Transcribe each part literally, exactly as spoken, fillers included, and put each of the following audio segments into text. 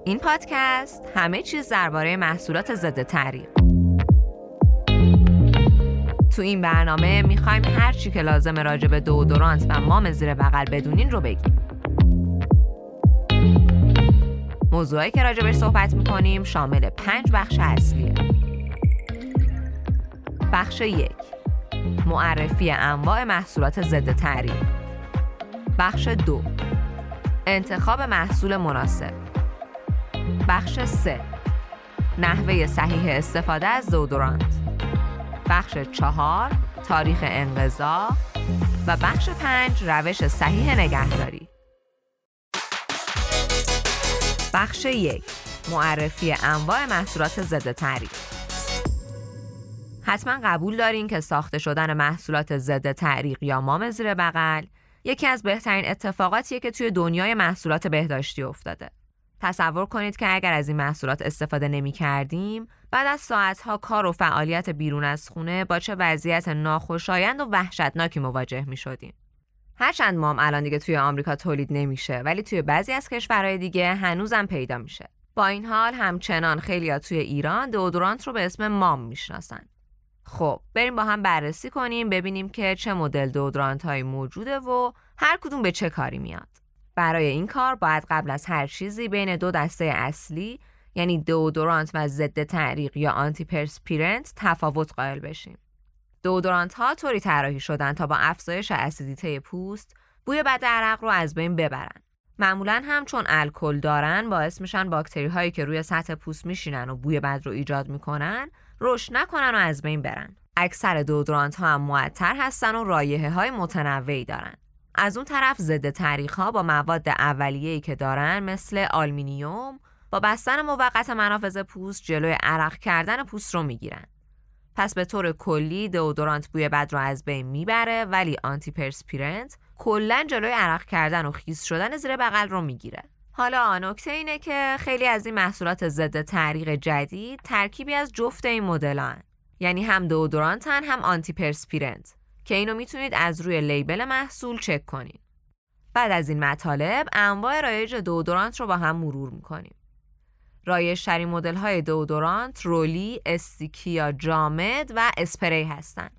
این پادکست همه چیز درباره محصولات ضد تعریق. تو این برنامه میخوایم هر چی که لازمه راجع به دوودورانت و مام زیر بغل بدونین رو بگیم. موضوعی که راجع بهش صحبت میکنیم شامل پنج بخش اصلیه. بخش یک، معرفی انواع محصولات ضد تعریق. بخش دو، انتخاب محصول مناسب. بخش سه، نحوه صحیح استفاده از دوودورانت. بخش چهار، تاریخ انقضا. و بخش پنج، روش صحیح نگهداری. بخش یک، معرفی انواع محصولات ضد تعریق. حتما قبول دارین که ساخته شدن محصولات ضد تعریق یا مام زیر بغل یکی از بهترین اتفاقاتیه که توی دنیای محصولات بهداشتی افتاده. تصور کنید که اگر از این محصولات استفاده نمی کردیم، بعد از ساعتها کار و فعالیت بیرون از خونه با چه وضعیت ناخوشایند و وحشتناکی مواجه می شدیم. هرچند مام الان دیگه توی آمریکا تولید نمیشه، ولی توی بعضی از کشورهای دیگه هنوزم پیدا میشه. با این حال همچنان خیلی‌ها توی ایران دوودورانت رو به اسم مام میشناسن. خب بریم با هم بررسی کنیم ببینیم که چه مدل دوودورانت هایی موجوده و هر کدوم به چه کاری میاد. برای این کار باید قبل از هر چیزی بین دو دسته اصلی، یعنی دوودورانت و ضد تعریق یا آنتی پرسپیرنت، تفاوت قائل بشیم. دوودورانت ها طوری طراحی شدن تا با افزایش اسیدیته پوست بوی بد عرق رو از بین ببرن. معمولاً هم چون الکل دارن باعث میشن باکتری هایی که روی سطح پوست میشینن و بوی بد رو ایجاد میکنن رشد نکنن و از بین برن. اکثر دوودورانت ها هم معطر هستن و رایحه های متنوعی دارن. از اون طرف ضد تعریق ها با مواد اولیه‌ای که دارن مثل آلومینیوم با بستن موقت منافذ پوست جلوی عرق کردن پوست رو میگیرن. پس به طور کلی دوودورانت بوی بد رو از بین میبره، ولی آنتی پرسپیرنت کلاً جلوی عرق کردن و خیس شدن زیر بغل رو میگیره. حالا نکته اینه که خیلی از این محصولات ضد تعریق جدید ترکیبی از جفت این مدل‌هان، یعنی هم دوودورانتن هم آنتی پرسپیرنت، که اینو میتونید از روی لیبل محصول چک کنید. بعد از این مطالب انواع رایج دوودورانت رو با هم مرور میکنیم. رایج‌ترین مدل‌های دوودورانت رولی، استیکی یا جامد و اسپری هستند.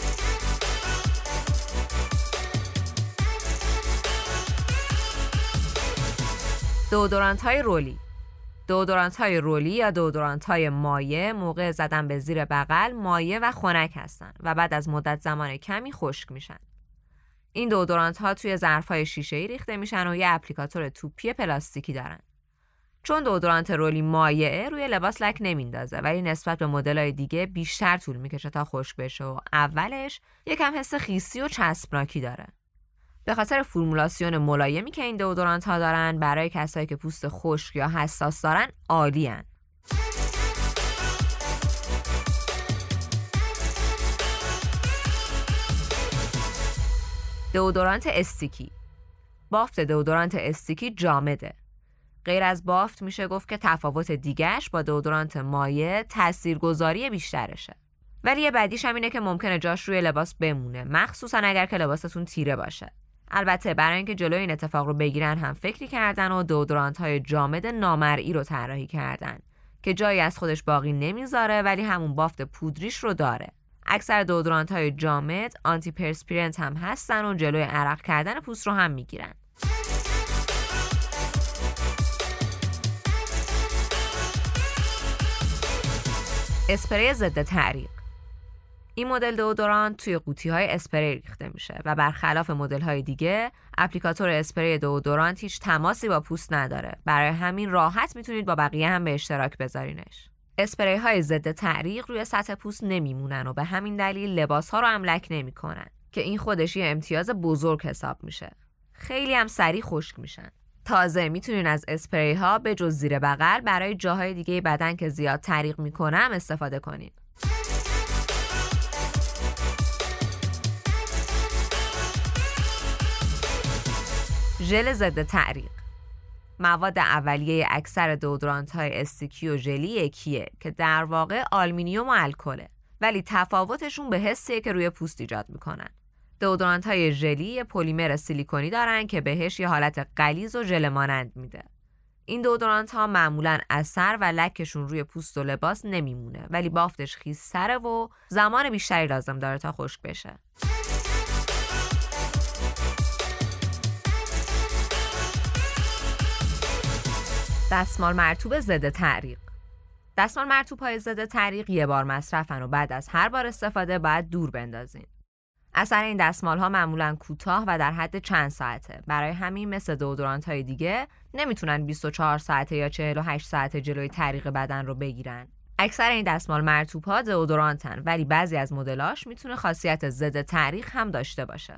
دوودورانت‌های رولی. دوودورانت‌های رولی یا دوودورانت‌های مایع موقع زدن به زیر بغل مایع و خنک هستند و بعد از مدت زمان کمی خشک میشن. این دوودورانت‌ها توی ظرف‌های شیشه‌ای ریخته میشن و یه اپلیکاتور توپی پلاستیکی دارن. چون دوودورانت رولی مایعه روی لباس لک نمیندازه، ولی نسبت به مدل‌های دیگه بیشتر طول میکشه تا خشک بشه و اولش یکم حس خیسی و چسبناکی داره. به خاطر فرمولاسیون ملایمی که این دوودورانت ها دارن برای کسایی که پوست خشک یا حساس دارن عالی هن. دوودورانت استیکی. بافت دوودورانت استیکی جامده. غیر از بافت میشه گفت که تفاوت دیگه‌اش با دوودورانت مایع تاثیرگذاری بیشترشه. ولی یه بدیش هم اینه که ممکنه جاش روی لباس بمونه، مخصوصا اگر که لباستون تیره باشه. البته برای اینکه جلوی این اتفاق رو بگیرن هم فکری کردن و دوودورانت‌های جامد نامرئی رو طراحی کردن که جایی از خودش باقی نمیذاره ولی همون بافت پودریش رو داره. اکثر دوودورانت‌های جامد آنتی پرسپیرنت هم هستن و جلوی عرق کردن پوست رو هم میگیرن. اسپری ضد تعریق. این مدل دوودورانت توی قوطی‌های اسپری ریخته میشه و برخلاف مدل‌های دیگه اپلیکاتور اسپری دوودورانت هیچ تماسی با پوست نداره. برای همین راحت میتونید با بقیه هم به اشتراک بذارینش. اسپری‌های ضد تعریق روی سطح پوست نمیمونن و به همین دلیل لباس‌ها رو هم لک نمی‌کنن که این خودش یه امتیاز بزرگ حساب میشه. خیلی هم سریع خشک میشن. تازه میتونین از اسپری ها به جز زیر بغل برای جاهای دیگه بدن که زیاد تعریق میکنه هم استفاده کنین. ژل ضد تعریق. مواد اولیه اکثر دوودورانت های استیکی و ژلی یکیه که در واقع آلومینیوم و الکله، ولی تفاوتشون به حسیه که روی پوست ایجاد میکنن. دوودورانت های ژلی پلیمر سیلیکونی دارن که بهش یه حالت غلیظ و ژل مانند میده. این دئودورانت ها معمولاً اثر و لکشون روی پوست و لباس نمیمونه، ولی بافتش خیس‌تره و زمان بیشتری لازم داره تا خشک بشه. دستمال مرطوب ضد تعریق. دستمال مرطوب‌های ضد تعریق یه بار مصرفن و بعد از هر بار استفاده باید دور بندازین. اثر این دستمال‌ها معمولاً کوتاه و در حد چند ساعته. برای همین مثل دئودورانت‌های دیگه نمیتونن بیست و چهار ساعته یا چهل و هشت ساعته جلوی تعریق بدن رو بگیرن. اکثر این دستمال مرطوب‌ها دئودورانتن، ولی بعضی از مدلاش میتونه خاصیت ضد تعریق هم داشته باشه.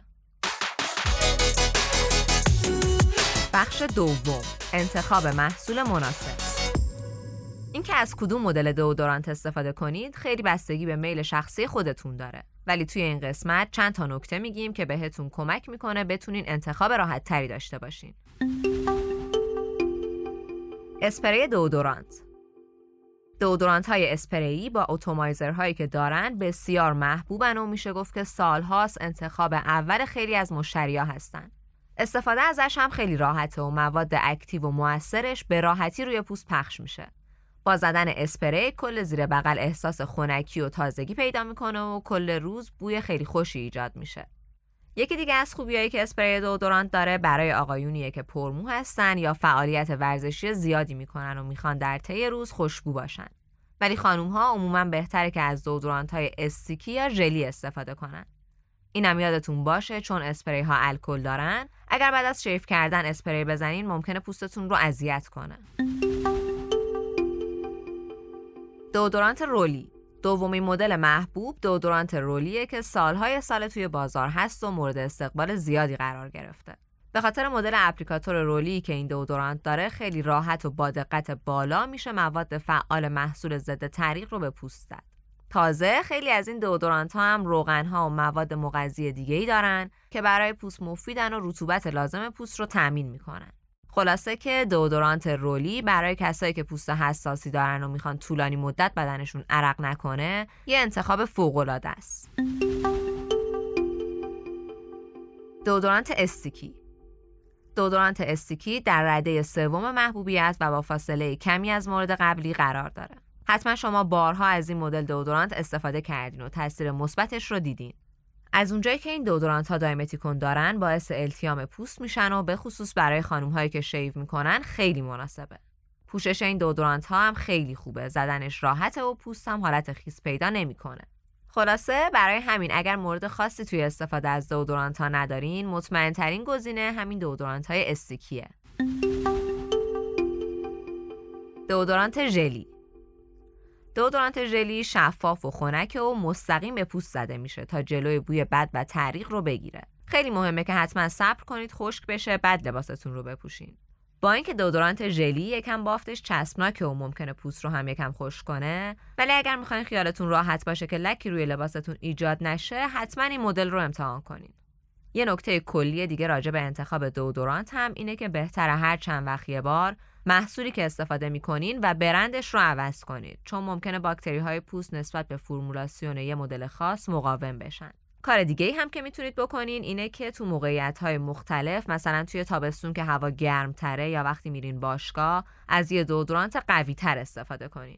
بخش دوم، انتخاب محصول مناسب. اینکه از کدوم مدل دئودورانت استفاده کنید خیلی بستگی به میل شخصی خودتون داره، ولی توی این قسمت چند تا نکته میگیم که بهتون کمک میکنه بتونین انتخاب راحت تری داشته باشین. اسپری دئودورانت. دئودورانت های اسپری با اتومایزر هایی که دارن بسیار محبوبن و میشه گفت که سالهاست انتخاب اول خیلی از مشتریا هستن. استفاده ازش هم خیلی راحته و مواد اکتیو و مؤثرش به راحتی روی پوست پخش میشه. با زدن اسپری کل زیر بغل احساس خنکی و تازگی پیدا میکنه و کل روز بوی خیلی خوشی ایجاد میشه. یکی دیگه از خوبیایی که اسپری دئودورانت داره برای آقایونیه که پرمو هستن یا فعالیت ورزشی زیادی میکنن و میخوان در طی روز خوشبو باشن. ولی خانوم‌ها عموماً بهتره که از دئودورانت‌های استیکی یا ژلی استفاده کنن. اینم یادتون باشه چون اسپری ها الکل دارن. اگر بعد از شیف کردن اسپری بزنین ممکنه پوستتون رو اذیت کنه. دئودورانت رولی. دومین مدل محبوب دئودورانت رولیه که سالهای سال توی بازار هست و مورد استقبال زیادی قرار گرفته. به خاطر مدل اپلیکاتور رولی که این دئودورانت داره خیلی راحت و با دقت بالا میشه مواد فعال محصول ضد تعریق رو به پوست زد. تازه خیلی از این دئودورانت ها هم روغن ها و مواد مغذی دیگه‌ای دارن که برای پوست مفیدن و رطوبت لازم پوست رو تامین میکنن. خلاصه که دئودورانت رولی برای کسایی که پوست حساسی دارن و میخوان طولانی مدت بدنشون عرق نکنه یه انتخاب فوق‌العاده است. دئودورانت استیکی. دئودورانت استیکی در رده سوم محبوبیت و با فاصله کمی از مورد قبلی قرار داره. حتما شما بارها از این مدل دئودورانت استفاده کردین و تاثیر مثبتش رو دیدین. از اونجایی که این دئودورانت ها دایمتیکون دارن باعث التیام پوست میشن و به خصوص برای خانم هایی که شیو میکنن خیلی مناسبه. پوشش این دئودورانت ها هم خیلی خوبه، زدنش راحته و پوست هم حالت خیس پیدا نمیکنه. خلاصه برای همین اگر مورد خاصی توی استفاده از دئودورانت ها ندارین مطمئن ترین گزینه همین دئودورانت های استیکیه. دئودورانت ژلی. دئودورانت ژلی شفاف و خنک و مستقیم به پوست زده میشه تا جلوی بوی بد و تعریق رو بگیره. خیلی مهمه که حتما صبر کنید خشک بشه بعد لباستون رو بپوشین. با اینکه دئودورانت ژلی یکم بافتش چسبناکه و ممکنه پوست رو هم یکم خشک کنه، ولی اگر میخواین خیالتون راحت باشه که لکی روی لباستون ایجاد نشه حتما این مدل رو امتحان کنین. یه نکته کلی دیگه راجع به انتخاب دئودورانت هم اینه که بهتره هر چند وقت یه بار محصولی که استفاده میکنین و برندش رو عوض کنید، چون ممکنه باکتری های پوست نسبت به فرمولاسیون یه مدل خاص مقاوم بشن. کار دیگه‌ای هم که میتونید بکنین اینه که تو موقعیت‌های مختلف، مثلا توی تابستون که هوا گرم‌تره یا وقتی میرین باشگاه، از یه دئودورانت قوی‌تر استفاده کنین.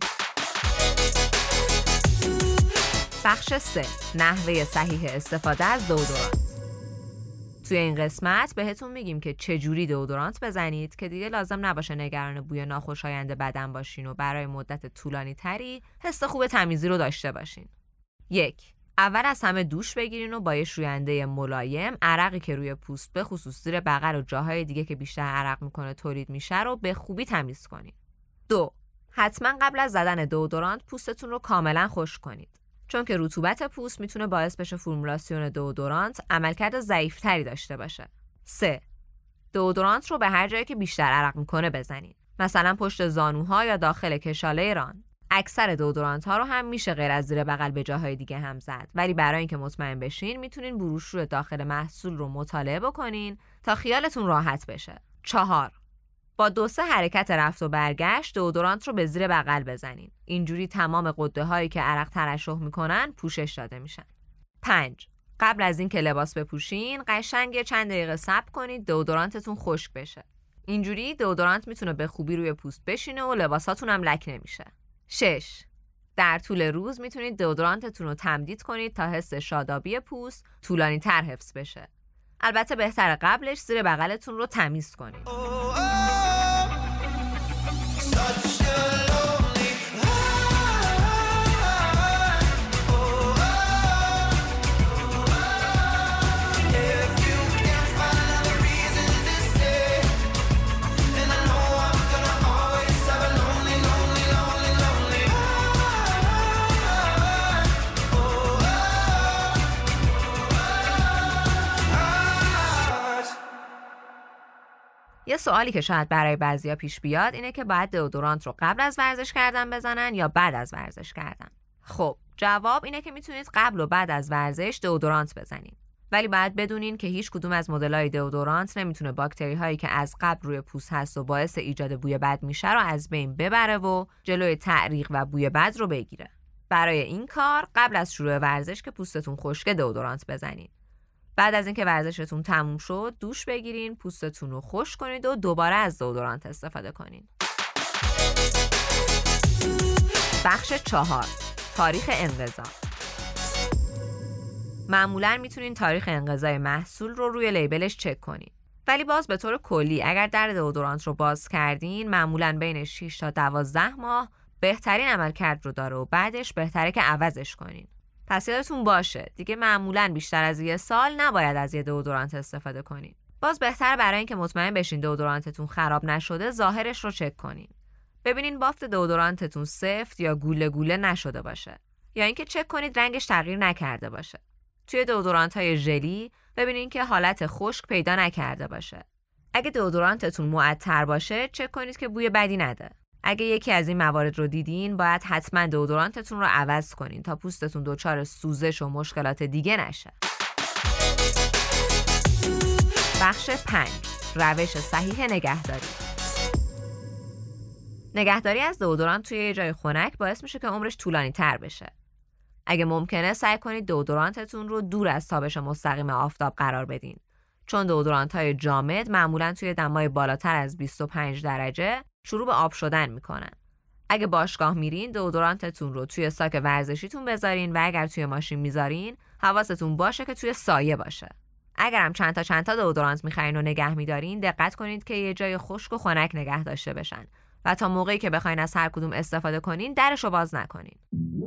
بخش سه، نحوه صحیح استفاده از دئودورانت. توی این قسمت بهتون میگیم که چجوری دئودورانت بزنید که دیگه لازم نباشه نگران بوی ناخوشایند بدن باشین و برای مدت طولانی تری حس خوب تمیزی رو داشته باشین. یک، اول از همه دوش بگیرین و با یه شوینده ملایم عرقی که روی پوست به خصوص زیر بغل و جاهای دیگه که بیشتر عرق میکنه تولید میشه رو به خوبی تمیز کنین. دو، حتما قبل از زدن دئودورانت پوستتون رو کاملا خشک کنید، چون که رطوبت پوست میتونه باعث بشه فرمولاسیون دئودورانت عملکرد ضعیف‌تری داشته باشه. سه، دئودورانت رو به هر جایی که بیشتر عرق میکنه بزنید، مثلا پشت زانوها یا داخل کشاله ران. اکثر دئودورانت ها رو هم میشه غیر از زیر بغل به جاهای دیگه هم زد، ولی برای اینکه مطمئن بشین میتونین بروشور داخل محصول رو مطالعه بکنین تا خیالتون راحت بشه. چهار، با دو سه حرکت رفت و برگشت دئودورانت رو به زیر بغل بزنین. اینجوری تمام غده هایی که عرق ترشح میکنن پوشش داده میشن. پنج، قبل از اینکه لباس بپوشین قشنگ چند دقیقه صبر کنید دئودورانتتون خشک بشه. اینجوری دئودورانت میتونه به خوبی روی پوست بشینه و لباساتون هم لک نمیشه. شش. در طول روز میتونید دئودورانتتون رو تمدید کنید تا حس شادابی پوست طولانی تر حفظ بشه. البته بهتره قبلش زیر بغلتون رو تمیز کنید. یه سوالی که شاید برای بعضیا پیش بیاد اینه که باید دئودورانت رو قبل از ورزش کردن بزنن یا بعد از ورزش کردن. خب جواب اینه که میتونید قبل و بعد از ورزش دئودورانت بزنید. ولی باید بدونین که هیچ کدوم از مدل‌های دئودورانت نمیتونه باکتری هایی که از قبل روی پوست هست و باعث ایجاد بوی بد میشه رو از بین ببره و جلوی تعریق و بوی بد رو بگیره. برای این کار قبل از شروع ورزش که پوستتون خشک دئودورانت بزنید. بعد از اینکه ورزشتون تموم شد دوش بگیرین، پوستتون رو خشک کنید و دوباره از دئودورانت استفاده کنین. بخش چهار، تاریخ انقضا. معمولاً میتونین تاریخ انقضای محصول رو روی لیبلش چک کنین. ولی باز به طور کلی اگر در دئودورانت رو باز کردین معمولاً بین شش تا دوازده ماه بهترین عملکرد رو داره و بعدش بهتره که عوضش کنین. پس یادتون باشه دیگه معمولاً بیشتر از یه سال نباید از یه دئودورانت استفاده کنین. باز بهتره برای اینکه مطمئن بشین دئودورانتتون خراب نشده ظاهرش رو چک کنین. ببینین بافت دئودورانتتون سفت یا گوله گوله نشده باشه یا اینکه چک کنید رنگش تغییر نکرده باشه. توی دئودورانت‌های ژلی ببینین که حالت خشک پیدا نکرده باشه. اگه دئودورانتتون معطر باشه چک کنید که بوی بدی نده. اگه یکی از این موارد رو دیدین باید حتما دئودورانتتون رو عوض کنین تا پوستتون دچار سوزش و مشکلات دیگه نشه. بخش پنج، روش صحیح نگهداری. نگهداری از دئودورانت توی یه جای خنک باعث میشه که عمرش طولانی تر بشه. اگه ممکنه سعی کنید دئودورانتتون رو دور از تابش مستقیم آفتاب قرار بدین. چون دئودورانت‌های جامد معمولاً توی دمای بالاتر از بیست و پنج درجه شروع به آب شدن میکنن. اگه باشگاه میرین دئودورانتتون رو توی ساک ورزشیتون بذارین و اگر توی ماشین میذارین حواستون باشه که توی سایه باشه. اگرم چند تا چند تا دئودورانت میخرین و نگه میدارین دقت کنید که یه جای خشک و خنک نگه داشته بشن و تا موقعی که بخواین از هر کدوم استفاده کنین درشو باز نکنین.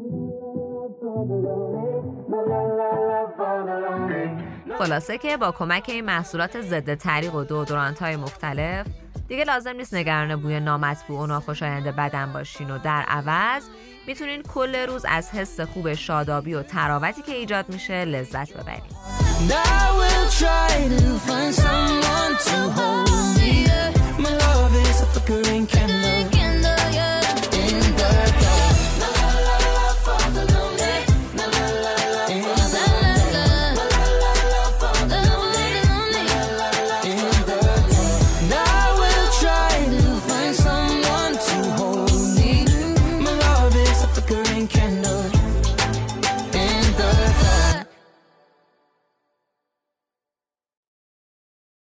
خلاصه که با کمک این محصولات ضد تعریق و دئودورانت‌های مختلف دیگه لازم نیست نگران بوی نامطبوع و ناخوشایند بدن باشین و در عوض میتونین کل روز از حس خوب شادابی و تراوتی که ایجاد میشه لذت ببرین.